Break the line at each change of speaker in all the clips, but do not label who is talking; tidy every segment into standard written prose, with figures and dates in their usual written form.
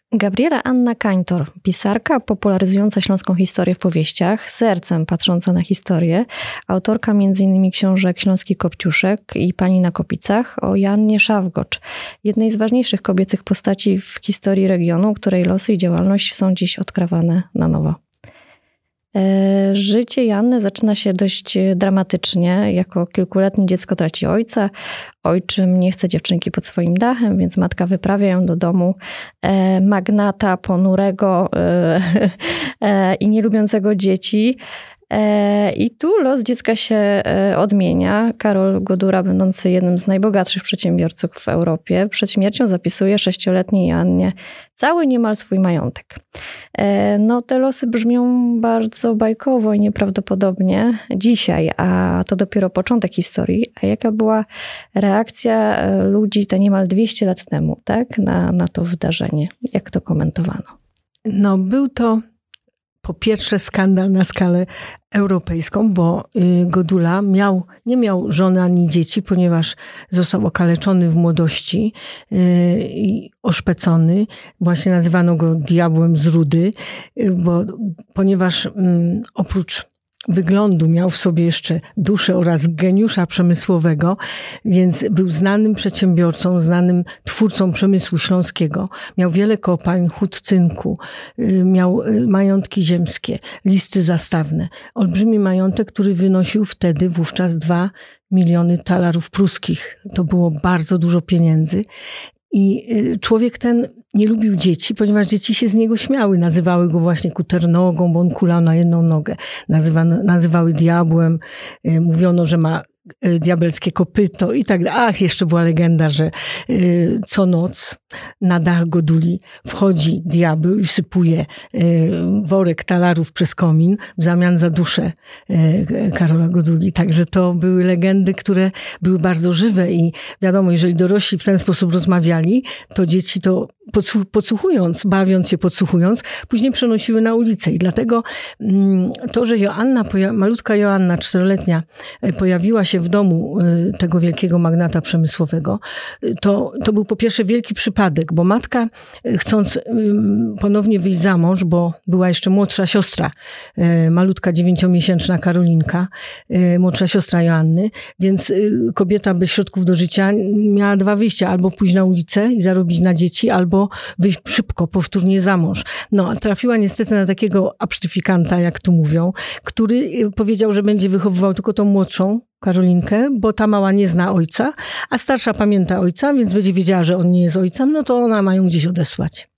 Gabriela Anna Kańtor, pisarka popularyzująca śląską historię w powieściach, sercem patrząca na historię, autorka m.in. książek Śląski Kopciuszek i Pani na Kopicach, o Joannie Szawgocz, jednej z ważniejszych kobiecych postaci w historii regionu, której losy i działalność są dziś odkrywane na nowo. Życie Joanny zaczyna się dość dramatycznie. Jako kilkuletnie dziecko traci ojca. Ojczym nie chce dziewczynki pod swoim dachem, więc matka wyprawia ją do domu magnata ponurego i nielubiącego dzieci. I tu los dziecka się odmienia. Karol Godura, będący jednym z najbogatszych przedsiębiorców w Europie, przed śmiercią zapisuje 6-letniej Joannie cały niemal swój majątek. No, te losy brzmią bardzo bajkowo i nieprawdopodobnie dzisiaj, a to dopiero początek historii. A jaka była reakcja ludzi te niemal 200 lat temu, tak, na to wydarzenie? Jak to komentowano?
No, był to po pierwsze skandal na skalę europejską, bo Godula nie miał żony ani dzieci, ponieważ został okaleczony w młodości i oszpecony. Właśnie nazywano go diabłem z Rudy, ponieważ oprócz wyglądu miał w sobie jeszcze duszę oraz geniusza przemysłowego, więc był znanym przedsiębiorcą, znanym twórcą przemysłu śląskiego. Miał wiele kopalń, hut cynku, miał majątki ziemskie, listy zastawne. Olbrzymi majątek, który wynosił wówczas 2 miliony talarów pruskich. To było bardzo dużo pieniędzy. I człowiek ten nie lubił dzieci, ponieważ dzieci się z niego śmiały. Nazywały go właśnie kuternogą, bo on kulał na jedną nogę. Nazywały diabłem. Mówiono, że ma diabelskie kopyto i tak dalej. Jeszcze była legenda, że co noc na dach Goduli wchodzi diabeł i wsypuje worek talarów przez komin w zamian za duszę Karola Goduli. Także to były legendy, które były bardzo żywe i wiadomo, jeżeli dorośli w ten sposób rozmawiali, to dzieci to podsłuchując, bawiąc się, podsłuchując, później przenosiły na ulicę. I dlatego to, że malutka Joanna, 4-letnia, pojawiła się w domu tego wielkiego magnata przemysłowego, to był po pierwsze wielki przypadek, bo matka, chcąc ponownie wyjść za mąż, bo była jeszcze młodsza siostra, malutka 9-miesięczna Karolinka, młodsza siostra Joanny, więc kobieta bez środków do życia miała 2 wyjścia, albo pójść na ulicę i zarobić na dzieci, albo wyjść szybko, powtórnie za mąż. No, trafiła niestety na takiego absztyfikanta, jak tu mówią, który powiedział, że będzie wychowywał tylko tą młodszą Karolinkę, bo ta mała nie zna ojca, a starsza pamięta ojca, więc będzie wiedziała, że on nie jest ojcem, no to ona ma ją gdzieś odesłać.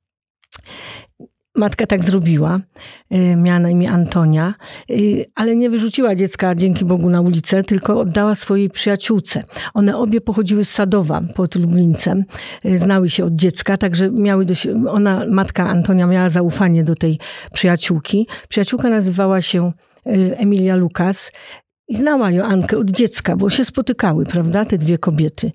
Matka tak zrobiła, miała na imię Antonia, ale nie wyrzuciła dziecka dzięki Bogu na ulicę, tylko oddała swojej przyjaciółce. One obie pochodziły z Sadowa pod Lublińcem, znały się od dziecka, także matka Antonia miała zaufanie do tej przyjaciółki. Przyjaciółka nazywała się Emilia Lukas i znała Joannkę od dziecka, bo się spotykały, prawda, te 2 kobiety.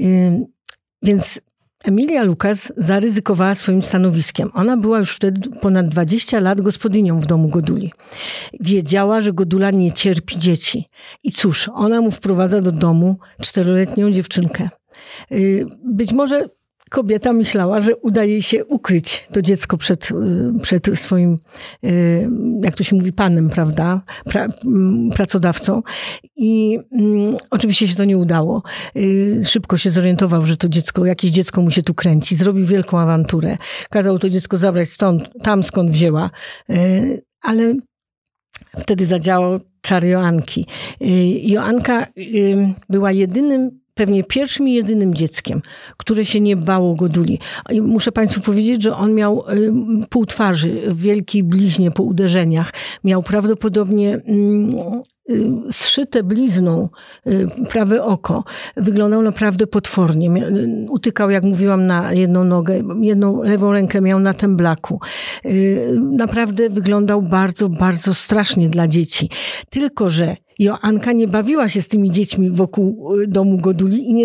Więc Emilia Lukas zaryzykowała swoim stanowiskiem. Ona była już wtedy ponad 20 lat gospodynią w domu Goduli. Wiedziała, że Godula nie cierpi dzieci. I cóż, ona mu wprowadza do domu 4-letnią dziewczynkę. Być może kobieta myślała, że uda jej się ukryć to dziecko przed swoim, jak to się mówi, panem, prawda, pracodawcą. I oczywiście się to nie udało. Szybko się zorientował, że to jakieś dziecko mu się tu kręci. Zrobił wielką awanturę. Kazał to dziecko zabrać tam skąd wzięła. Ale wtedy zadziałał czar Joanki. Joanka była pewnie pierwszym i jedynym dzieckiem, które się nie bało Goduli. I muszę Państwu powiedzieć, że on miał pół twarzy, wielkiej bliźnie po uderzeniach. Miał prawdopodobnie zszyte blizną prawe oko. Wyglądał naprawdę potwornie. Utykał, jak mówiłam, na jedną nogę. Jedną lewą rękę miał na temblaku. Naprawdę wyglądał bardzo, bardzo strasznie dla dzieci. Tylko że Joanka nie bawiła się z tymi dziećmi wokół domu Goduli i nie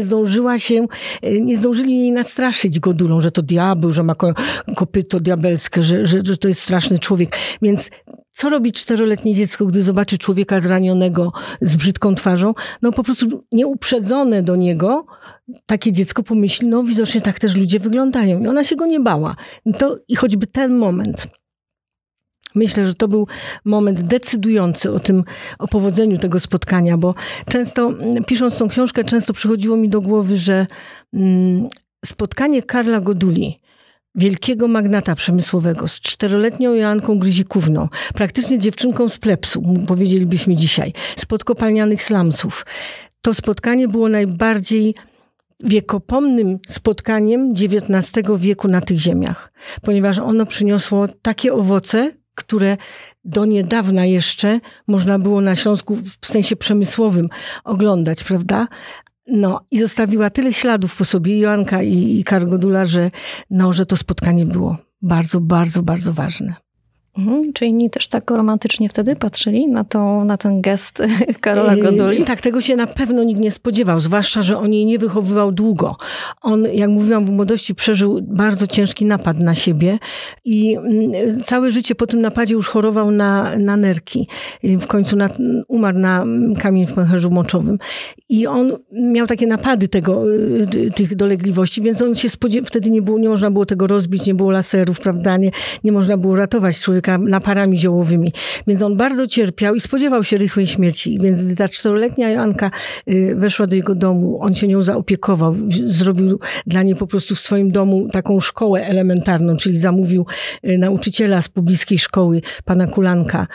zdążyli jej nastraszyć Godulą, że to diabeł, że ma kopyto diabelskie, że to jest straszny człowiek. Więc co robi 4-letnie dziecko, gdy zobaczy człowieka zranionego z brzydką twarzą? No po prostu nieuprzedzone do niego, takie dziecko pomyśli, no widocznie tak też ludzie wyglądają. I ona się go nie bała. I choćby ten moment. Myślę, że to był moment decydujący o powodzeniu tego spotkania, bo często, pisząc tą książkę, często przychodziło mi do głowy, że spotkanie Karla Goduli, wielkiego magnata przemysłowego, z 4-letnią Joanką Gryzikówną, praktycznie dziewczynką z plebsu, powiedzielibyśmy dzisiaj, z podkopalnianych slumsów. To spotkanie było najbardziej wiekopomnym spotkaniem XIX wieku na tych ziemiach, ponieważ ono przyniosło takie owoce, które do niedawna jeszcze można było na Śląsku w sensie przemysłowym oglądać, prawda? No i zostawiła tyle śladów po sobie Joanka i Karl Godula, że to spotkanie było bardzo, bardzo, bardzo ważne.
Czyli inni też tak romantycznie wtedy patrzyli na ten gest Karola Goduli?
Tak, tego się na pewno nikt nie spodziewał, zwłaszcza, że on jej nie wychowywał długo. On, jak mówiłam, w młodości przeżył bardzo ciężki napad na siebie i całe życie po tym napadzie już chorował na nerki. W końcu umarł na kamień w pęcherzu moczowym. I on miał takie napady tych dolegliwości, więc on się wtedy nie można było tego rozbić, nie było laserów, prawda, nie można było ratować człowieka naparami ziołowymi. Więc on bardzo cierpiał i spodziewał się rychłej śmierci. Więc gdy ta 4-letnia Joanka weszła do jego domu, on się nią zaopiekował. Zrobił dla niej po prostu w swoim domu taką szkołę elementarną, czyli zamówił nauczyciela z pobliskiej szkoły, pana Kulanka.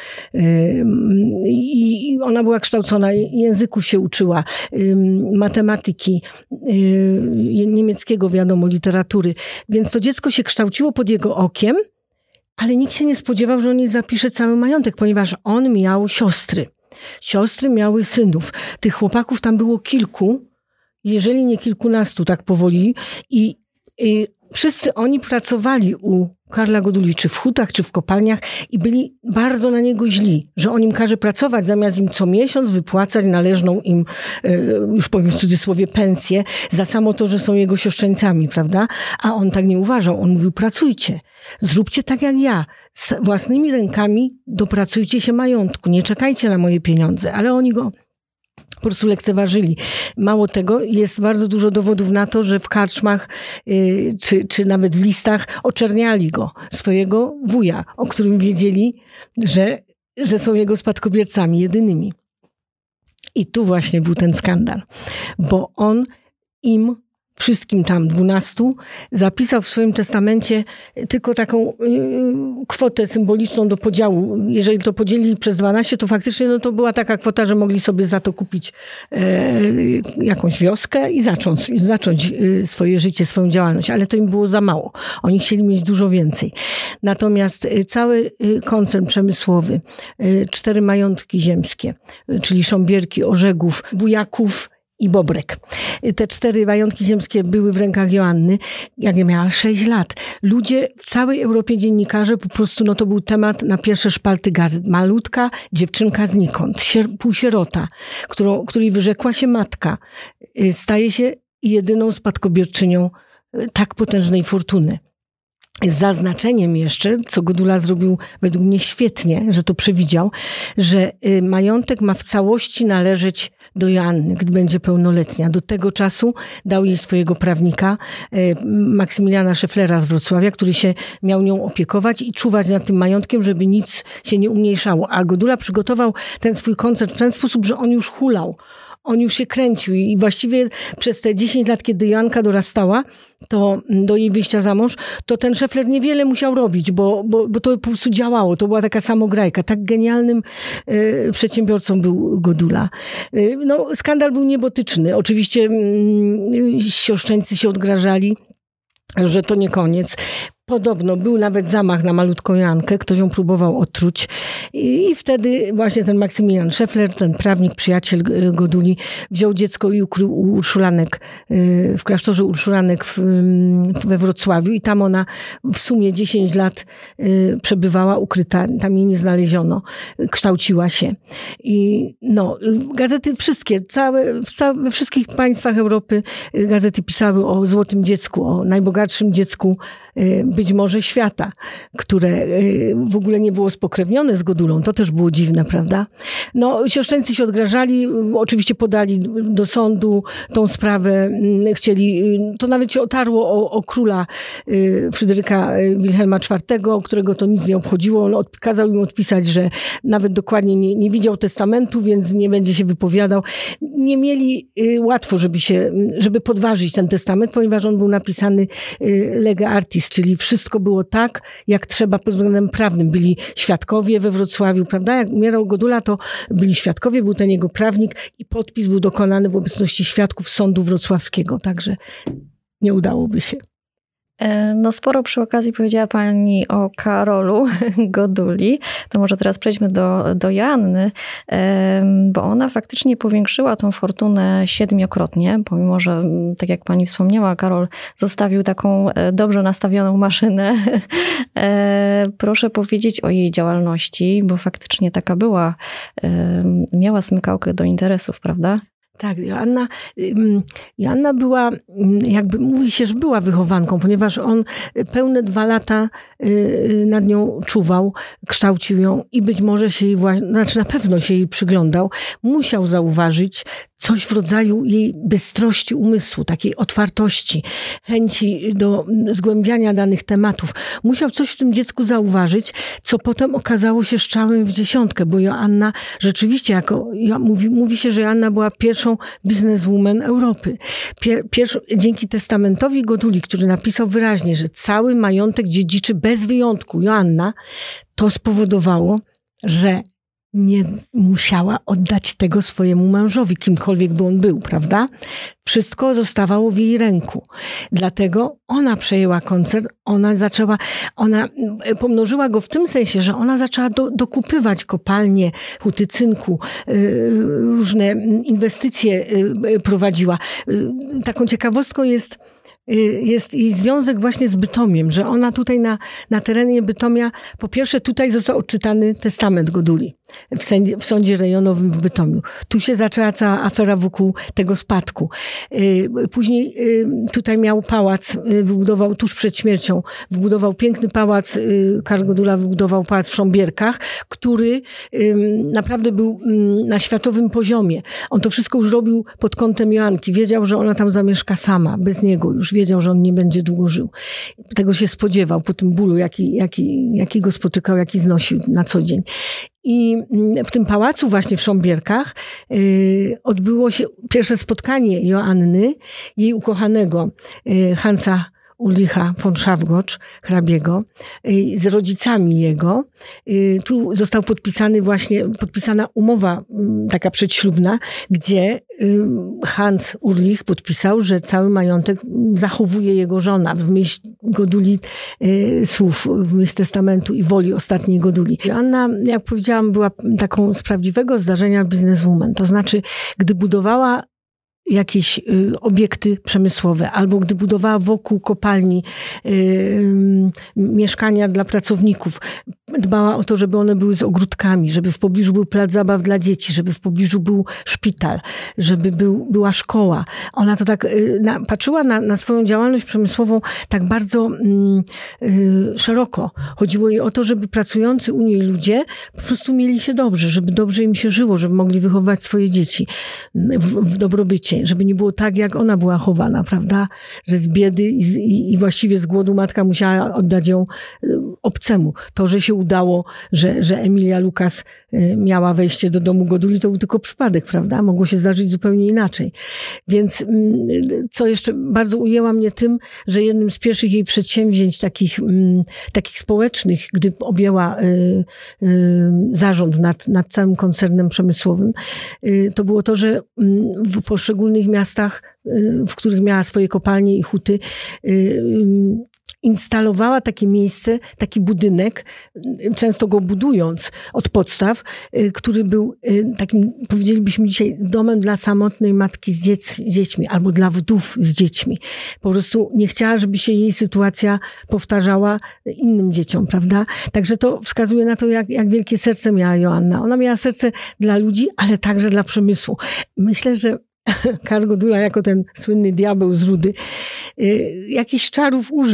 I ona była kształcona, języków się uczyła, matematyki, niemieckiego, wiadomo, literatury. Więc to dziecko się kształciło pod jego okiem, ale nikt się nie spodziewał, że on jej zapisze cały majątek, ponieważ on miał siostry. Siostry miały synów. Tych chłopaków tam było kilku, jeżeli nie kilkunastu, tak powoli. I wszyscy oni pracowali u Karla Goduli, czy w hutach, czy w kopalniach i byli bardzo na niego źli, że on im każe pracować, zamiast im co miesiąc wypłacać należną im, już powiem w cudzysłowie, pensję za samo to, że są jego siostrzeńcami, prawda? A on tak nie uważał. On mówił, pracujcie, zróbcie tak jak ja, z własnymi rękami dopracujcie się majątku, nie czekajcie na moje pieniądze. Ale oni go po prostu lekceważyli. Mało tego, jest bardzo dużo dowodów na to, że w karczmach czy nawet w listach oczerniali go, swojego wuja, o którym wiedzieli, że są jego spadkobiercami jedynymi. I tu właśnie był ten skandal, bo on im wszystkim tam 12 zapisał w swoim testamencie tylko taką kwotę symboliczną do podziału. Jeżeli to podzielili przez 12, to faktycznie to była taka kwota, że mogli sobie za to kupić jakąś wioskę i zacząć swoje życie, swoją działalność. Ale to im było za mało. Oni chcieli mieć dużo więcej. Natomiast cały koncern przemysłowy, 4 majątki ziemskie, czyli Sząbierki, Orzegów, Bujaków i Bobrek. Te 4 majątki ziemskie były w rękach Joanny, jak miała 6 lat. Ludzie w całej Europie, dziennikarze, po prostu to był temat na pierwsze szpalty gazet. Malutka dziewczynka znikąd, półsierota, której wyrzekła się matka, staje się jedyną spadkobierczynią tak potężnej fortuny. Z zaznaczeniem jeszcze, co Godula zrobił według mnie świetnie, że to przewidział, że majątek ma w całości należeć do Joanny, gdy będzie pełnoletnia. Do tego czasu dał jej swojego prawnika, Maksymiliana Szeflera z Wrocławia, który się miał nią opiekować i czuwać nad tym majątkiem, żeby nic się nie umniejszało. A Godula przygotował ten swój koncert w ten sposób, że on już hulał. On już się kręcił i właściwie przez te 10 lat, kiedy Joanka dorastała, to do jej wyjścia za mąż, to ten Szefler niewiele musiał robić, bo to po prostu działało. To była taka samograjka. Tak genialnym przedsiębiorcą był Godula. Skandal był niebotyczny. Oczywiście siostrzeńcy się odgrażali, że to nie koniec. Podobno był nawet zamach na malutką Joankę, ktoś ją próbował otruć i wtedy właśnie ten Maksymilian Szefler, ten prawnik, przyjaciel Goduli, wziął dziecko i ukrył u Urszulanek, w klasztorze Urszulanek we Wrocławiu i tam ona w sumie 10 lat przebywała ukryta, tam jej nie znaleziono, kształciła się. I gazety wszystkie, we wszystkich państwach Europy gazety pisały o złotym dziecku, o najbogatszym dziecku, być może świata, które w ogóle nie było spokrewnione z Godulą. To też było dziwne, prawda? No, siostrzeńcy się odgrażali, oczywiście podali do sądu tą sprawę, chcieli, to nawet się otarło o króla Fryderyka Wilhelma IV, którego to nic nie obchodziło. On kazał im odpisać, że nawet dokładnie nie widział testamentu, więc nie będzie się wypowiadał. Nie mieli łatwo, żeby podważyć ten testament, ponieważ on był napisany lege artis, czyli wszystko było tak, jak trzeba pod względem prawnym. Byli świadkowie we Wrocławiu, prawda? Jak umierał Godula, to byli świadkowie, był ten jego prawnik i podpis był dokonany w obecności świadków sądu wrocławskiego. Także nie udałoby się.
No sporo przy okazji powiedziała Pani o Karolu Goduli. To może teraz przejdźmy do Joanny, bo ona faktycznie powiększyła tą fortunę 7-krotnie, pomimo że, tak jak Pani wspomniała, Karol zostawił taką dobrze nastawioną maszynę. Proszę powiedzieć o jej działalności, bo faktycznie taka była, miała smykałkę do interesów, prawda?
Tak, Joanna była, jakby mówi się, że była wychowanką, ponieważ on pełne 2 lata nad nią czuwał, kształcił ją i być może się jej na pewno się jej przyglądał. Musiał zauważyć coś w rodzaju jej bystrości umysłu, takiej otwartości, chęci do zgłębiania danych tematów. Musiał coś w tym dziecku zauważyć, co potem okazało się strzałem w dziesiątkę, bo Joanna rzeczywiście, mówi się, że Joanna była pierwszą bizneswoman Europy. Dzięki testamentowi Goduli, który napisał wyraźnie, że cały majątek dziedziczy bez wyjątku Joanna, to spowodowało, że nie musiała oddać tego swojemu mężowi, kimkolwiek by on był, prawda? Wszystko zostawało w jej ręku. Dlatego ona przejęła koncern, ona pomnożyła go w tym sensie, że ona zaczęła dokupywać kopalnie, huty cynku, różne inwestycje prowadziła. Taką ciekawostką jest jej związek właśnie z Bytomiem, że ona tutaj na terenie Bytomia, po pierwsze tutaj został odczytany testament Goduli w sądzie rejonowym w Bytomiu. Tu się zaczęła cała afera wokół tego spadku. Później tutaj miał pałac, wybudował tuż przed śmiercią, wybudował piękny pałac, Karl Godula wybudował pałac w Szombierkach, który naprawdę był na światowym poziomie. On to wszystko już robił pod kątem Joanki. Wiedział, że ona tam zamieszka sama, bez niego. Już wiedział, że on nie będzie długo żył. Tego się spodziewał po tym bólu, jaki go spotykał, jaki znosił na co dzień. I w tym pałacu właśnie w Szombierkach odbyło się pierwsze spotkanie Joanny, jej ukochanego Hansa Ulricha von Schafgotsch, hrabiego, z rodzicami jego. Tu został podpisana umowa taka przedślubna, gdzie Hans Ulrich podpisał, że cały majątek zachowuje jego żona w myśl Goduli słów, w myśl testamentu i woli ostatniej Goduli. Joanna, jak powiedziałam, była taką z prawdziwego zdarzenia bizneswoman. To znaczy, gdy budowała jakieś obiekty przemysłowe, albo gdy budowała wokół kopalni mieszkania dla pracowników, dbała o to, żeby one były z ogródkami, żeby w pobliżu był plac zabaw dla dzieci, żeby w pobliżu był szpital, żeby była szkoła. Ona to tak patrzyła na swoją działalność przemysłową tak bardzo szeroko. Chodziło jej o to, żeby pracujący u niej ludzie po prostu mieli się dobrze, żeby dobrze im się żyło, żeby mogli wychować swoje dzieci w dobrobycie, żeby nie było tak, jak ona była chowana, prawda? Że z biedy i właściwie z głodu matka musiała oddać ją obcemu. To, że się udało, że Emilia Lukas miała wejście do domu Goduli, to był tylko przypadek, prawda? Mogło się zdarzyć zupełnie inaczej. Więc co jeszcze bardzo ujęła mnie tym, że jednym z pierwszych jej przedsięwzięć takich społecznych, gdy objęła zarząd nad całym koncernem przemysłowym, to było to, że w poszczególnych miastach, w których miała swoje kopalnie i huty, instalowała takie miejsce, taki budynek, często go budując od podstaw, który był takim, powiedzielibyśmy dzisiaj, domem dla samotnej matki z dziećmi, albo dla wdów z dziećmi. Po prostu nie chciała, żeby się jej sytuacja powtarzała innym dzieciom, prawda? Także to wskazuje na to, jak wielkie serce miała Joanna. Ona miała serce dla ludzi, ale także dla przemysłu. Myślę, że Karl Godula, jako ten słynny diabeł z Rudy, jakichś czarów użył.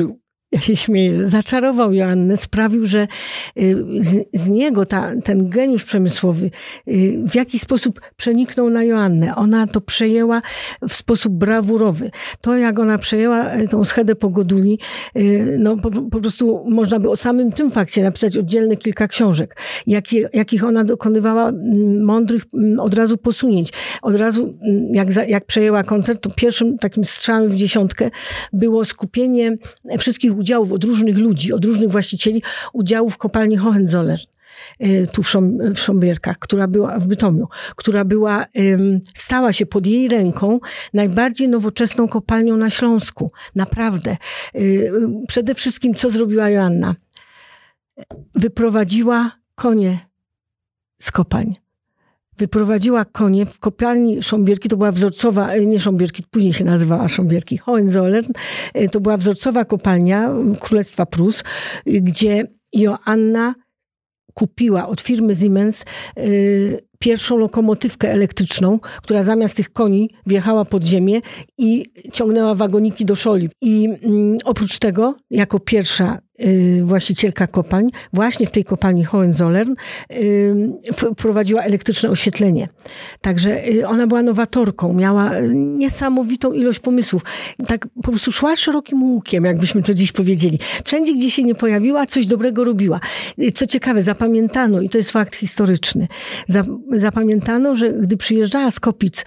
Ja się śmieję. Zaczarował Joannę, sprawił, że z niego ten geniusz przemysłowy w jakiś sposób przeniknął na Joannę. Ona to przejęła w sposób brawurowy. To, jak ona przejęła tą schedę po Goduli, no po prostu można by o samym tym fakcie napisać oddzielne kilka książek. Jakich ona dokonywała mądrych od razu posunięć. Od razu, jak przejęła koncert, to pierwszym takim strzałem w dziesiątkę było skupienie wszystkich udziałów od różnych ludzi, od różnych właścicieli, udziałów w kopalni Hohenzollern, tu w Szombierkach, która była w Bytomiu, która stała się pod jej ręką najbardziej nowoczesną kopalnią na Śląsku. Naprawdę. Przede wszystkim, co zrobiła Joanna? Wyprowadziła konie z kopalń. Wyprowadziła konie w kopalni Szombierki, to była wzorcowa, nie Szombierki, później się nazywała Szombierki, Hohenzollern, to była wzorcowa kopalnia Królestwa Prus, gdzie Joanna kupiła od firmy Siemens pierwszą lokomotywkę elektryczną, która zamiast tych koni wjechała pod ziemię i ciągnęła wagoniki do szoli. I oprócz tego, jako pierwsza właścicielka kopalń, właśnie w tej kopalni Hohenzollern wprowadziła elektryczne oświetlenie. Także ona była nowatorką, miała niesamowitą ilość pomysłów. Tak po prostu szła szerokim łukiem, jakbyśmy to dziś powiedzieli. Wszędzie, gdzie się nie pojawiła, coś dobrego robiła. Co ciekawe, zapamiętano, i to jest fakt historyczny, zapamiętano, że gdy przyjeżdżała z Kopic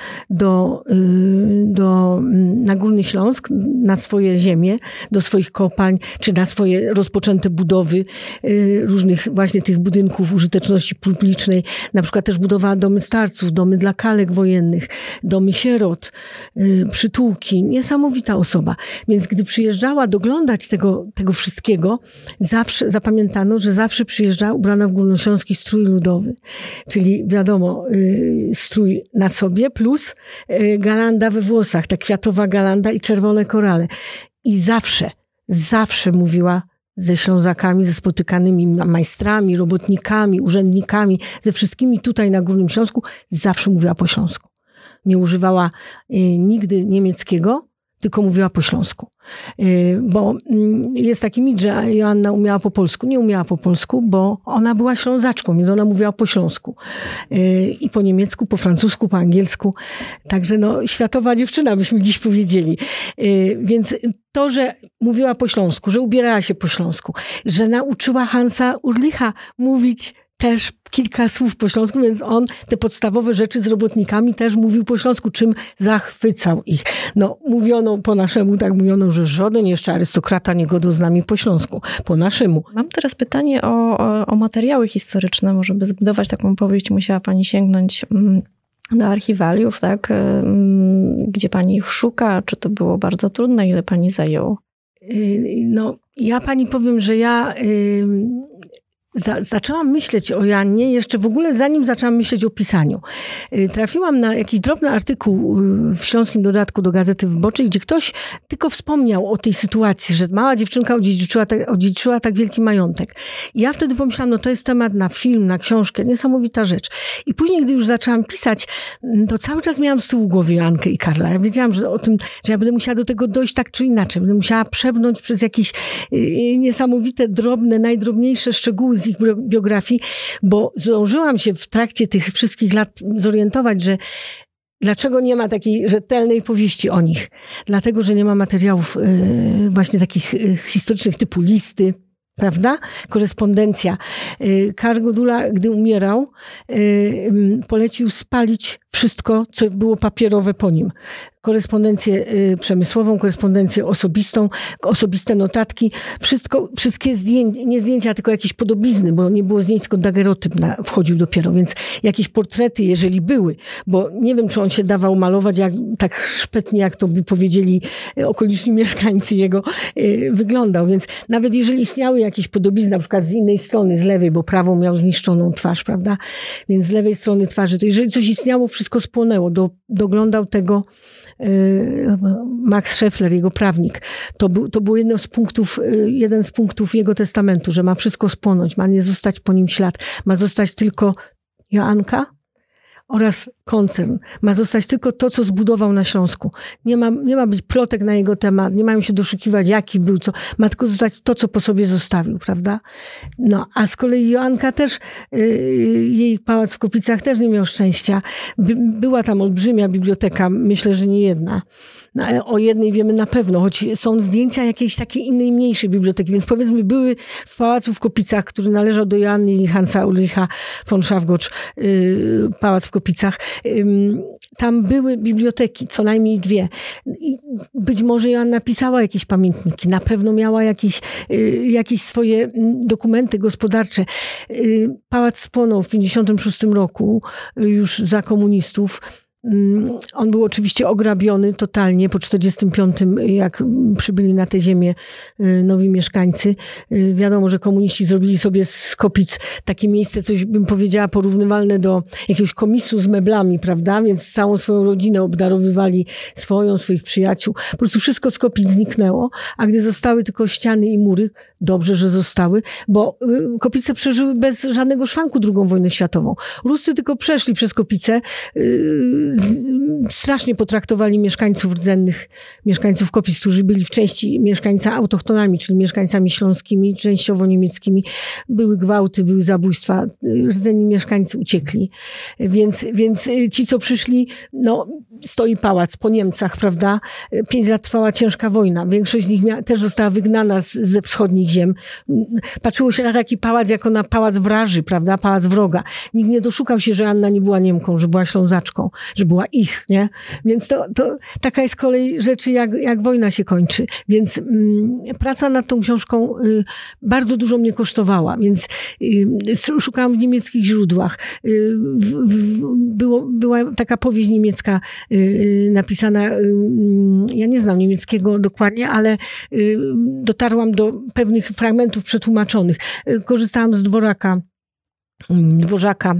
na Górny Śląsk, na swoje ziemię, do swoich kopalń, czy na swoje rozpoczęte budowy różnych właśnie tych budynków użyteczności publicznej. Na przykład też budowała domy starców, domy dla kalek wojennych, domy sierot, przytułki. Niesamowita osoba. Więc gdy przyjeżdżała doglądać tego wszystkiego, zawsze zapamiętano, że zawsze przyjeżdżała ubrana w górnośląski strój ludowy. Czyli wiadomo, strój na sobie plus galanda we włosach, ta kwiatowa galanda i czerwone korale. I zawsze mówiła ze Ślązakami, ze spotykanymi majstrami, robotnikami, urzędnikami, ze wszystkimi tutaj na Górnym Śląsku, zawsze mówiła po śląsku. Nie używała nigdy niemieckiego, tylko mówiła po śląsku. Bo jest taki mit, że Joanna umiała po polsku. Nie umiała po polsku, bo ona była Ślązaczką, więc ona mówiła po śląsku. I po niemiecku, po francusku, po angielsku. Także światowa dziewczyna, byśmy dziś powiedzieli. Więc to, że mówiła po śląsku, że ubierała się po śląsku, że nauczyła Hansa Urlicha mówić też kilka słów po śląsku, więc on te podstawowe rzeczy z robotnikami też mówił po śląsku, czym zachwycał ich. Mówiono po naszemu, tak mówiono, że żaden jeszcze arystokrata nie godał z nami po śląsku, po naszemu.
Mam teraz pytanie o materiały historyczne. Może by zbudować taką powieść, musiała pani sięgnąć do archiwaliów, tak? Gdzie pani ich szuka? Czy to było bardzo trudne? Ile pani zajęło?
Ja pani powiem, że ja zaczęłam myśleć o Joannie jeszcze w ogóle zanim zaczęłam myśleć o pisaniu. Trafiłam na jakiś drobny artykuł w Śląskim Dodatku do Gazety Wyborczej, gdzie ktoś tylko wspomniał o tej sytuacji, że mała dziewczynka odziedziczyła tak wielki majątek. I ja wtedy pomyślałam, to jest temat na film, na książkę, niesamowita rzecz. I później, gdy już zaczęłam pisać, to cały czas miałam z tyłu głowy Joannkę i Karla. Ja wiedziałam, że ja będę musiała do tego dojść tak czy inaczej. Będę musiała przebrnąć przez jakieś niesamowite, drobne, najdrobniejsze szczegóły z ich biografii, bo zdążyłam się w trakcie tych wszystkich lat zorientować, że dlaczego nie ma takiej rzetelnej powieści o nich. Dlatego, że nie ma materiałów właśnie takich historycznych typu listy, prawda? Korespondencja. Karl Godula, gdy umierał, polecił spalić wszystko, co było papierowe po nim. Korespondencję przemysłową, korespondencję osobistą, osobiste notatki, wszystkie zdjęcia, nie zdjęcia, tylko jakieś podobizny, bo nie było zdjęć, tylko dagerotyp wchodził dopiero, więc jakieś portrety, jeżeli były, bo nie wiem, czy on się dawał malować tak szpetnie, jak to by powiedzieli okoliczni mieszkańcy jego, wyglądał, więc nawet jeżeli istniały jakieś podobizny, na przykład z innej strony, z lewej, bo prawą miał zniszczoną twarz, prawda, więc z lewej strony twarzy, to jeżeli coś istniało, wszystko spłonęło, doglądał tego Max Scheffler, jego prawnik. To był jeden z punktów jego testamentu, że ma wszystko spłonąć, ma nie zostać po nim ślad, ma zostać tylko Joanka oraz koncern. Ma zostać tylko to, co zbudował na Śląsku. Nie ma być plotek na jego temat, nie mają się doszukiwać, jaki był, co. Ma tylko zostać to, co po sobie zostawił, prawda? No, a z kolei Joanka też, jej pałac w Kopicach też nie miał szczęścia. Była tam olbrzymia biblioteka, myślę, że nie jedna. No, ale o jednej wiemy na pewno, choć są zdjęcia jakiejś takiej innej, mniejszej biblioteki, więc powiedzmy były w pałacu w Kopicach, który należał do Joanny i Hansa Ulricha von Schafgotsch, pałac w Kopicach. Tam były biblioteki, co najmniej 2. I być może Joanna pisała jakieś pamiętniki, na pewno miała jakieś swoje dokumenty gospodarcze. Pałac spłonął w 1956 roku, już za komunistów. On był oczywiście ograbiony totalnie po 1945, jak przybyli na tę ziemię nowi mieszkańcy. Wiadomo, że komuniści zrobili sobie z Kopic takie miejsce, coś bym powiedziała porównywalne do jakiegoś komisu z meblami, prawda? Więc całą swoją rodzinę obdarowywali swoich przyjaciół. Po prostu wszystko z Kopic zniknęło, a gdy zostały tylko ściany i mury, dobrze, że zostały, bo Kopice przeżyły bez żadnego szwanku II wojnę światową. Ruscy tylko przeszli przez Kopice, strasznie potraktowali mieszkańców rdzennych, mieszkańców Kopic, którzy byli w części mieszkańcami autochtonami, czyli mieszkańcami śląskimi, częściowo niemieckimi. Były gwałty, były zabójstwa. Rdzenni mieszkańcy uciekli. Więc ci, co przyszli, no, stoi pałac po Niemcach, prawda? 5 lat trwała ciężka wojna. Większość z nich też została wygnana ze wschodnich ziem. Patrzyło się na taki pałac jako na pałac wraży, prawda? Pałac wroga. Nikt nie doszukał się, że Anna nie była Niemką, że była Ślązaczką, że była ich, nie? Więc to taka jest kolej rzeczy, jak wojna się kończy. Więc praca nad tą książką bardzo dużo mnie kosztowała, więc szukałam w niemieckich źródłach. Była taka powieść niemiecka napisana, ja nie znam niemieckiego dokładnie, ale dotarłam do pewnych fragmentów przetłumaczonych. Korzystałam z Dworzaka,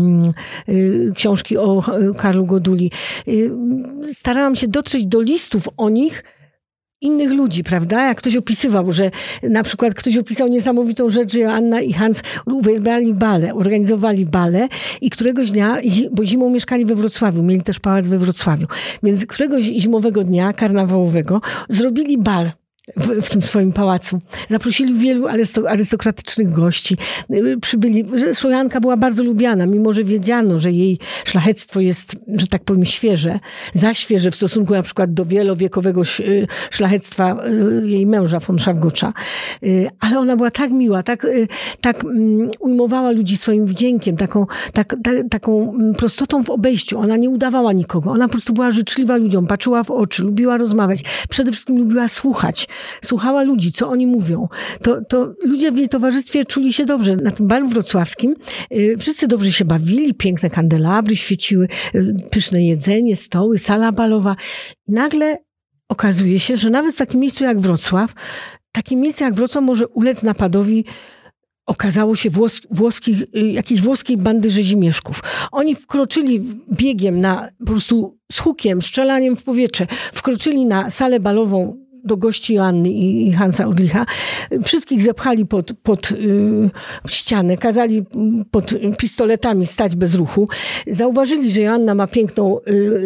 książki o Karlu Goduli. Starałam się dotrzeć do listów o nich innych ludzi, prawda? Jak ktoś opisywał, że na przykład ktoś opisał niesamowitą rzecz, że Joanna i Hans uwielbiali bale, organizowali bale i któregoś dnia, bo zimą mieszkali we Wrocławiu, mieli też pałac we Wrocławiu, więc któregoś zimowego dnia, karnawałowego, zrobili bal w tym swoim pałacu. Zaprosili wielu arystokratycznych gości. Przybyli. Zresztą Joanka była bardzo lubiana, mimo że wiedziano, że jej szlachectwo jest, że tak powiem, świeże. Za świeże w stosunku na przykład do wielowiekowego szlachectwa jej męża von Schafgotcha. Ale ona była tak miła, tak ujmowała ludzi swoim wdziękiem, taką prostotą w obejściu. Ona nie udawała nikogo. Ona po prostu była życzliwa ludziom, patrzyła w oczy, lubiła rozmawiać. Przede wszystkim lubiła słuchać. Słuchała ludzi, co oni mówią. To ludzie w jej towarzystwie czuli się dobrze. Na tym balu wrocławskim wszyscy dobrze się bawili, piękne kandelabry świeciły, pyszne jedzenie, stoły, sala balowa. Nagle okazuje się, że nawet w takim miejscu jak Wrocław, takie miejsce jak Wrocław może ulec napadowi, okazało się jakiejś włoskiej bandy rzezimieszków. Oni wkroczyli biegiem po prostu z hukiem, strzelaniem w powietrze, wkroczyli na salę balową do gości Joanny i Hansa Ulricha. Wszystkich zepchali pod ścianę, kazali pod pistoletami stać bez ruchu. Zauważyli, że Joanna ma piękną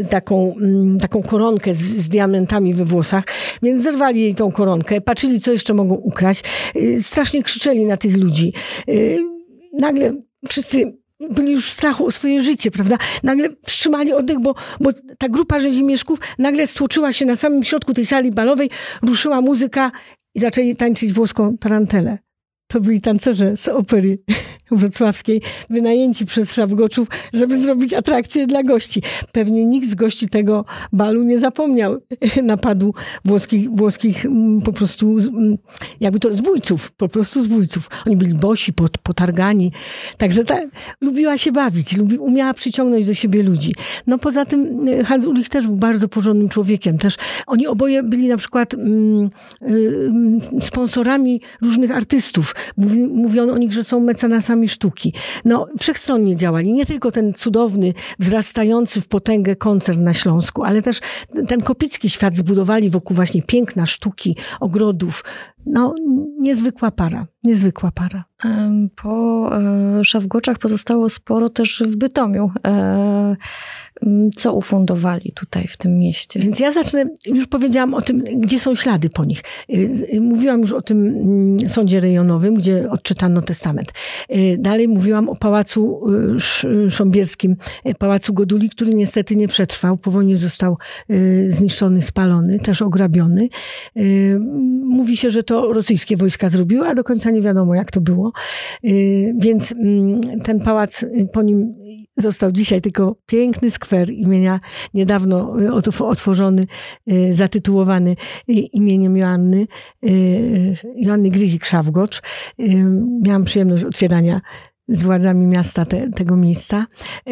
taką koronkę z diamentami we włosach, więc zerwali jej tą koronkę, patrzyli, co jeszcze mogą ukraść. Strasznie krzyczeli na tych ludzi. Nagle wszyscy byli już w strachu o swoje życie, prawda? Nagle wstrzymali oddech, bo ta grupa rzezimieszków nagle stłoczyła się na samym środku tej sali balowej, ruszyła muzyka i zaczęli tańczyć włoską tarantelę. To byli tancerze z opery wrocławskiej, wynajęci przez Schafgotschów, żeby zrobić atrakcję dla gości. Pewnie nikt z gości tego balu nie zapomniał napadu włoskich po prostu, jakby to zbójców, po prostu zbójców. Oni byli bosi, potargani. Także lubiła się bawić, umiała przyciągnąć do siebie ludzi. No poza tym Hans Ulrich też był bardzo porządnym człowiekiem. Też oni oboje byli na przykład sponsorami różnych artystów. Mówiono o nich, że są mecenasami sztuki. No, wszechstronnie działali. Nie tylko ten cudowny, wzrastający w potęgę koncern na Śląsku, ale też ten kopicki świat zbudowali wokół właśnie piękna, sztuki, ogrodów. No, niezwykła para.
Po Szawgoczach pozostało sporo też w Bytomiu. Co ufundowali tutaj w tym mieście?
Więc ja zacznę, już powiedziałam o tym, gdzie są ślady po nich. Mówiłam już o tym sądzie rejonowym, gdzie odczytano testament. Dalej mówiłam o pałacu szombierskim, pałacu Goduli, który niestety nie przetrwał. Po wojnie został zniszczony, spalony, też ograbiony. Mówi się, że to rosyjskie wojska zrobiły, a do końca nie wiadomo, jak to było. Więc ten pałac, po nim został dzisiaj tylko piękny skwer imienia, niedawno otworzony, zatytułowany imieniem Joanny Gryzik-Szawgocz. Miałam przyjemność otwierania z władzami miasta tego miejsca.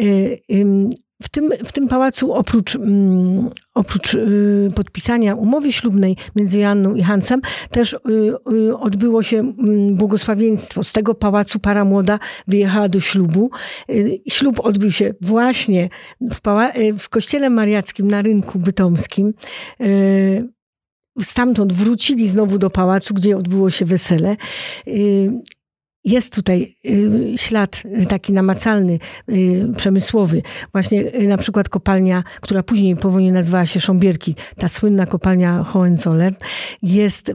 W tym pałacu oprócz podpisania umowy ślubnej między Joanną i Hansem też odbyło się błogosławieństwo. Z tego pałacu para młoda wyjechała do ślubu. Ślub odbył się właśnie w kościele mariackim na rynku bytomskim. Stamtąd wrócili znowu do pałacu, gdzie odbyło się wesele. Jest tutaj ślad taki namacalny, przemysłowy. Właśnie na przykład kopalnia, która później po wojnie nazywała się Szombierki, ta słynna kopalnia Hohenzollern, jest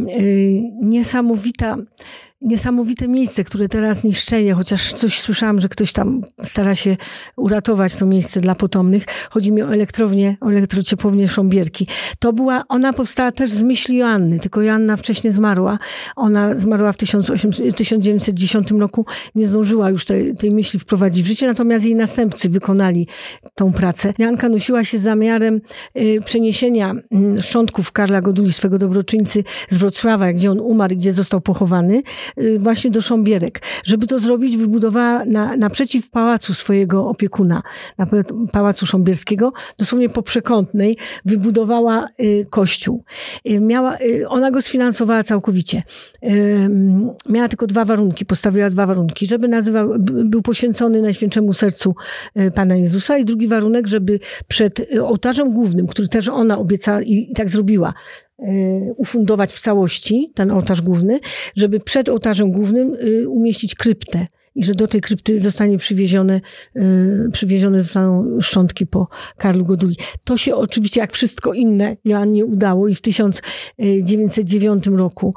niesamowite miejsce, które teraz niszczeje, chociaż coś słyszałam, że ktoś tam stara się uratować to miejsce dla potomnych. Chodzi mi o elektrociepłownię Szombierki. Ona powstała też z myśli Joanny, tylko Joanna wcześniej zmarła. Ona zmarła w 1910 roku, nie zdążyła już tej myśli wprowadzić w życie, natomiast jej następcy wykonali tą pracę. Joanka nosiła się z zamiarem przeniesienia szczątków Karla Goduli, swego dobroczyńcy z Wrocławia, gdzie on umarł, gdzie został pochowany, właśnie do Szombierek. Żeby to zrobić, wybudowała naprzeciw pałacu swojego opiekuna, na pałacu szombierskiego, dosłownie po przekątnej, wybudowała kościół. Ona go sfinansowała całkowicie. Miała tylko postawiła dwa warunki, żeby był poświęcony Najświętszemu Sercu Pana Jezusa, i drugi warunek, żeby przed ołtarzem głównym, który też ona obiecała i tak zrobiła, ufundować w całości ten ołtarz główny, żeby przed ołtarzem głównym umieścić kryptę i że do tej krypty przywiezione zostaną szczątki po Karlu Goduli. To się oczywiście, jak wszystko inne, Joannie udało i w 1909 roku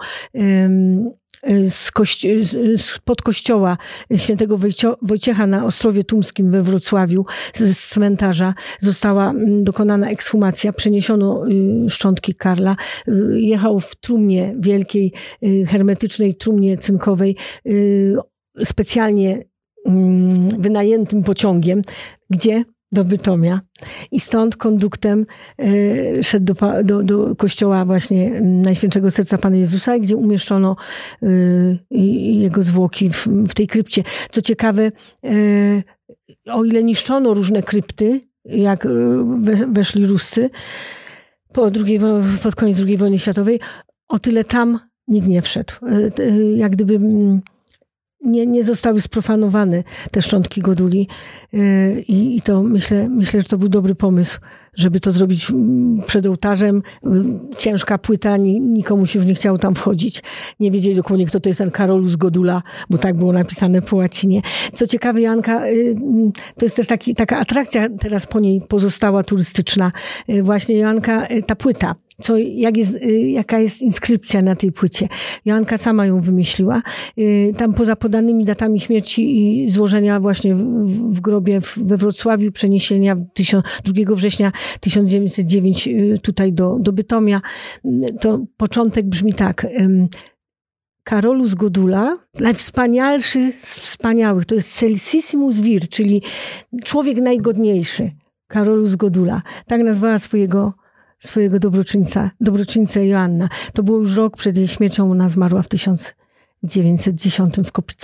spod kościoła świętego Wojciecha na Ostrowie Tumskim we Wrocławiu, z cmentarza, została dokonana ekshumacja. Przeniesiono szczątki Karla. Jechał w trumnie wielkiej, hermetycznej trumnie cynkowej, specjalnie wynajętym pociągiem, gdzie? Do Bytomia. I stąd konduktem szedł do kościoła właśnie Najświętszego Serca Pana Jezusa, gdzie umieszczono jego zwłoki w tej krypcie. Co ciekawe, o ile niszczono różne krypty, jak weszli Ruscy pod koniec II wojny światowej, o tyle tam nikt nie wszedł. Jak gdyby nie zostały sprofanowane te szczątki Goduli i to myślę, że to był dobry pomysł, żeby to zrobić przed ołtarzem. Ciężka płyta, nikomu się już nie chciało tam wchodzić. Nie wiedzieli dokładnie, kto to jest ten Karolus Godula, bo tak było napisane po łacinie. Co ciekawe, Joanka, to jest też taka atrakcja teraz po niej pozostała turystyczna. Właśnie Joanka, ta płyta. Jaka jest inskrypcja na tej płycie. Joanka sama ją wymyśliła. Tam poza podanymi datami śmierci i złożenia właśnie w grobie we Wrocławiu, przeniesienia 2 września 1909 tutaj do Bytomia, to początek brzmi tak. Karolus Godula, najwspanialszy z wspaniałych, to jest Celsissimus Vir, czyli człowiek najgodniejszy. Karolus Godula. Tak nazwała swojego dobroczyńcę Joanna. To było już rok przed jej śmiercią, ona zmarła w 1910 w Kopycach.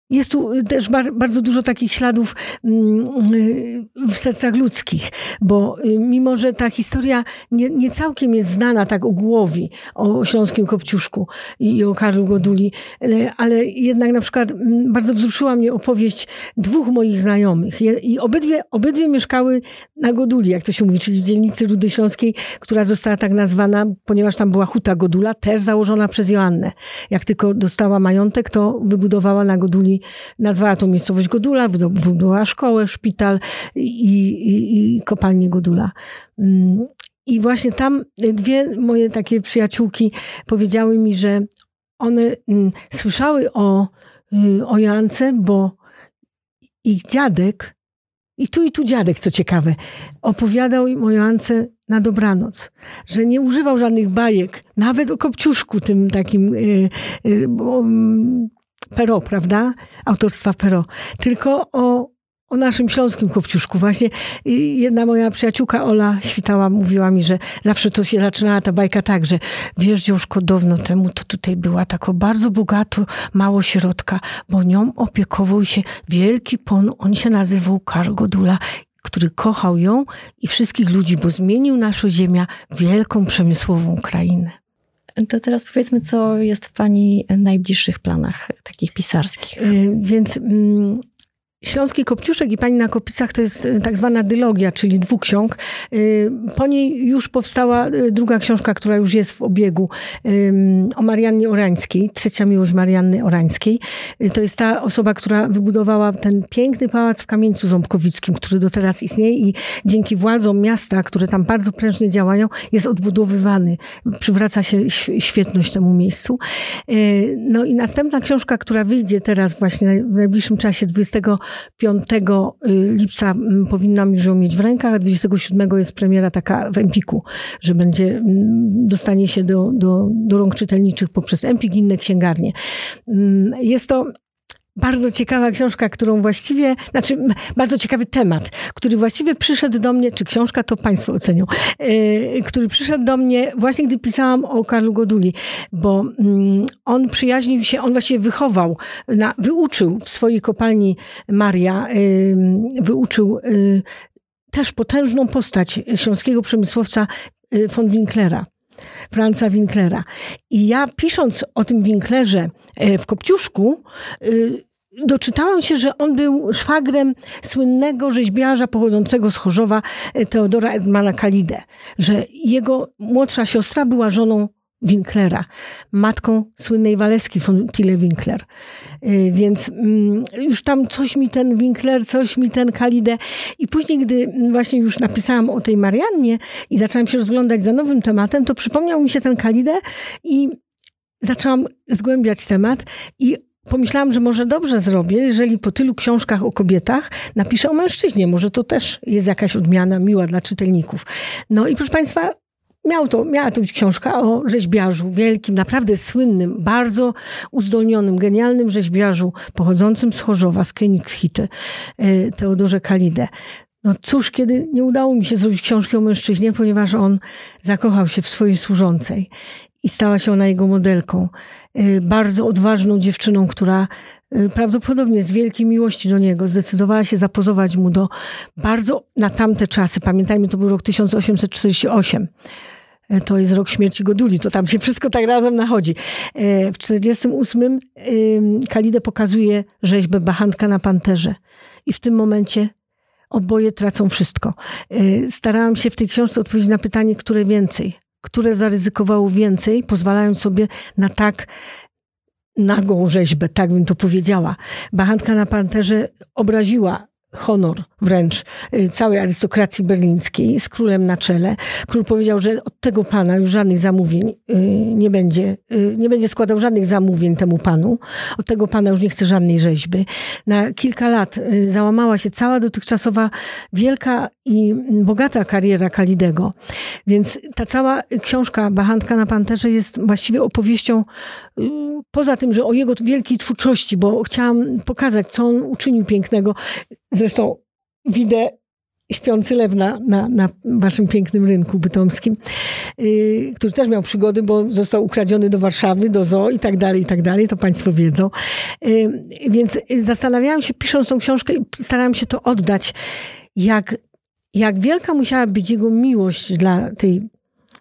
Jest tu też bardzo dużo takich śladów w sercach ludzkich, bo mimo, że ta historia nie całkiem jest znana tak ogółowi o Śląskim Kopciuszku i o Karlu Goduli, ale jednak na przykład bardzo wzruszyła mnie opowieść dwóch moich znajomych i obydwie mieszkały na Goduli, jak to się mówi, czyli w dzielnicy Rudy Śląskiej, która została tak nazwana, ponieważ tam była huta Godula, też założona przez Joannę. Jak tylko dostała majątek, to wybudowała na Goduli, nazwała tą miejscowość Godula, wybudowała szkołę, szpital i kopalnię Godula. I właśnie tam dwie moje takie przyjaciółki powiedziały mi, że one słyszały o Joance, bo ich dziadek, i tu dziadek, co ciekawe, opowiadał im o Joance na dobranoc, że nie używał żadnych bajek, nawet o Kopciuszku, tym takim Pero, prawda? Autorstwa Pero. Tylko o naszym śląskim Kopciuszku. Właśnie jedna moja przyjaciółka Ola Świtała mówiła mi, że zawsze to się zaczynała ta bajka tak, że wiesz, dziążko, dawno temu to tutaj była taka bardzo bogato mało środka, bo nią opiekował się wielki pan, on się nazywał Karl Godula, który kochał ją i wszystkich ludzi, bo zmienił naszą ziemię w wielką przemysłową krainę.
To teraz powiedzmy, co jest w pani najbliższych planach takich pisarskich.
Więc Śląski Kopciuszek i Pani na Kopicach to jest tak zwana dylogia, czyli dwuksiąg. Po niej już powstała druga książka, która już jest w obiegu, o Mariannie Orańskiej, Trzecia miłość Marianny Orańskiej. To jest ta osoba, która wybudowała ten piękny pałac w Kamieńcu Ząbkowickim, który do teraz istnieje i dzięki władzom miasta, które tam bardzo prężnie działają, jest odbudowywany. Przywraca się świetność temu miejscu. No i następna książka, która wyjdzie teraz właśnie w najbliższym czasie, 25 lipca powinnam już ją mieć w rękach, a 27 jest premiera taka w Empiku, że dostanie się do rąk czytelniczych poprzez Empik i inne księgarnie. Jest to bardzo ciekawa książka, bardzo ciekawy temat, który właściwie przyszedł do mnie, czy książka, to Państwo ocenią, który przyszedł do mnie właśnie, gdy pisałam o Karlu Goduli, bo on przyjaźnił się, on właściwie wyuczył w swojej kopalni Maria, wyuczył też potężną postać śląskiego przemysłowca von Winklera. Franza Winklera. I ja pisząc o tym Winklerze w Kopciuszku, doczytałam się, że on był szwagrem słynnego rzeźbiarza pochodzącego z Chorzowa, Teodora Edmana Kalidę, że jego młodsza siostra była żoną Winklera, matką słynnej Waleski von Tille-Winkler. Więc już tam coś mi ten Winkler, coś mi ten Kalidę. I później, gdy właśnie już napisałam o tej Mariannie i zaczęłam się rozglądać za nowym tematem, to przypomniał mi się ten Kalidę i zaczęłam zgłębiać temat i pomyślałam, że może dobrze zrobię, jeżeli po tylu książkach o kobietach napiszę o mężczyźnie. Może to też jest jakaś odmiana miła dla czytelników. No i proszę Państwa, miała to być książka o rzeźbiarzu wielkim, naprawdę słynnym, bardzo uzdolnionym, genialnym rzeźbiarzu pochodzącym z Chorzowa, z Königshütte, Teodorze Kalidę. No cóż, kiedy nie udało mi się zrobić książki o mężczyźnie, ponieważ on zakochał się w swojej służącej i stała się ona jego modelką. Bardzo odważną dziewczyną, która prawdopodobnie z wielkiej miłości do niego zdecydowała się zapozować mu na tamte czasy. Pamiętajmy, to był rok 1848. To jest rok śmierci Goduli, to tam się wszystko tak razem nachodzi. W 1948 Kalidę pokazuje rzeźbę Bachanka na panterze. I w tym momencie oboje tracą wszystko. Starałam się w tej książce odpowiedzieć na pytanie, które więcej. Które zaryzykowało więcej, pozwalając sobie na tak nagą rzeźbę, tak bym to powiedziała. Bachanka na panterze obraziła honor wręcz całej arystokracji berlińskiej z królem na czele. Król powiedział, że od tego pana już żadnych zamówień nie będzie składał żadnych zamówień temu panu. Od tego pana już nie chce żadnej rzeźby. Na kilka lat załamała się cała dotychczasowa wielka i bogata kariera Kalidego. Więc ta cała książka Bachanka na panterze jest właściwie opowieścią, poza tym, że o jego wielkiej twórczości, bo chciałam pokazać, co on uczynił pięknego. Zresztą widzę Śpiący lew na waszym pięknym rynku bytomskim, który też miał przygody, bo został ukradziony do Warszawy, do zoo i tak dalej, to państwo wiedzą. Więc zastanawiałam się, pisząc tą książkę, starałam się to oddać, jak wielka musiała być jego miłość dla tej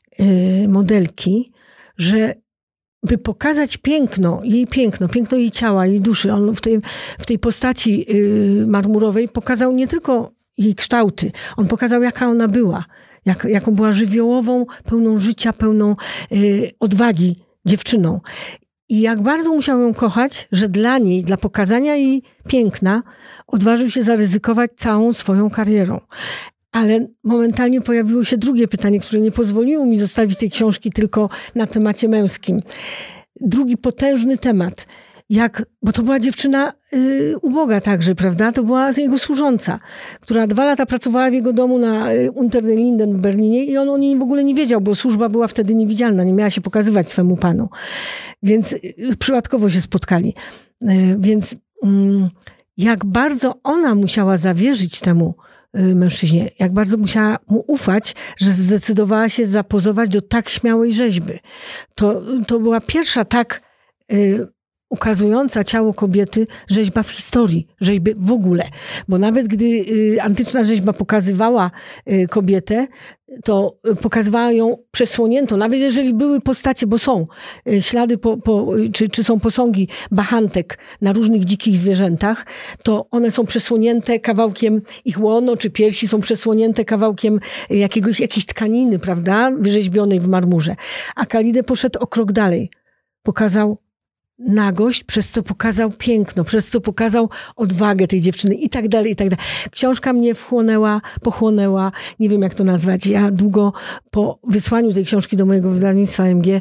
modelki, że by pokazać piękno jej ciała, jej duszy. On w tej postaci marmurowej pokazał nie tylko jej kształty, on pokazał, jaka ona była, jaką była żywiołową, pełną życia, pełną odwagi dziewczyną. I jak bardzo musiał ją kochać, że dla niej, dla pokazania jej piękna, odważył się zaryzykować całą swoją karierą. Ale momentalnie pojawiło się drugie pytanie, które nie pozwoliło mi zostawić tej książki tylko na temacie męskim. Drugi potężny temat. Bo to była dziewczyna uboga także, prawda? To była jego służąca, która 2 lata pracowała w jego domu na Unter den Linden w Berlinie i on o niej w ogóle nie wiedział, bo służba była wtedy niewidzialna, nie miała się pokazywać swemu panu. Więc przypadkowo się spotkali. Więc jak bardzo ona musiała zawierzyć temu mężczyźnie, jak bardzo musiała mu ufać, że zdecydowała się zapozować do tak śmiałej rzeźby. To była pierwsza tak ukazująca ciało kobiety rzeźba w historii, rzeźby w ogóle. Bo nawet gdy antyczna rzeźba pokazywała kobietę, to pokazywała ją przesłoniętą. Nawet jeżeli były postacie, bo są ślady czy są posągi bachantek na różnych dzikich zwierzętach, to one są przesłonięte kawałkiem ich łono, czy piersi są przesłonięte kawałkiem jakiejś tkaniny, prawda, wyrzeźbionej w marmurze. A Khalideh poszedł o krok dalej. Pokazał nagość, przez co pokazał piękno, przez co pokazał odwagę tej dziewczyny i tak dalej, i tak dalej. Książka mnie pochłonęła, nie wiem jak to nazwać. Ja długo po wysłaniu tej książki do mojego wydawnictwa MG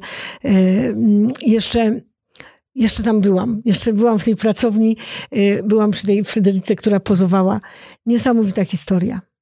jeszcze tam byłam. Jeszcze byłam w tej pracowni, byłam przy tej Fryderyce, która pozowała. Niesamowita historia.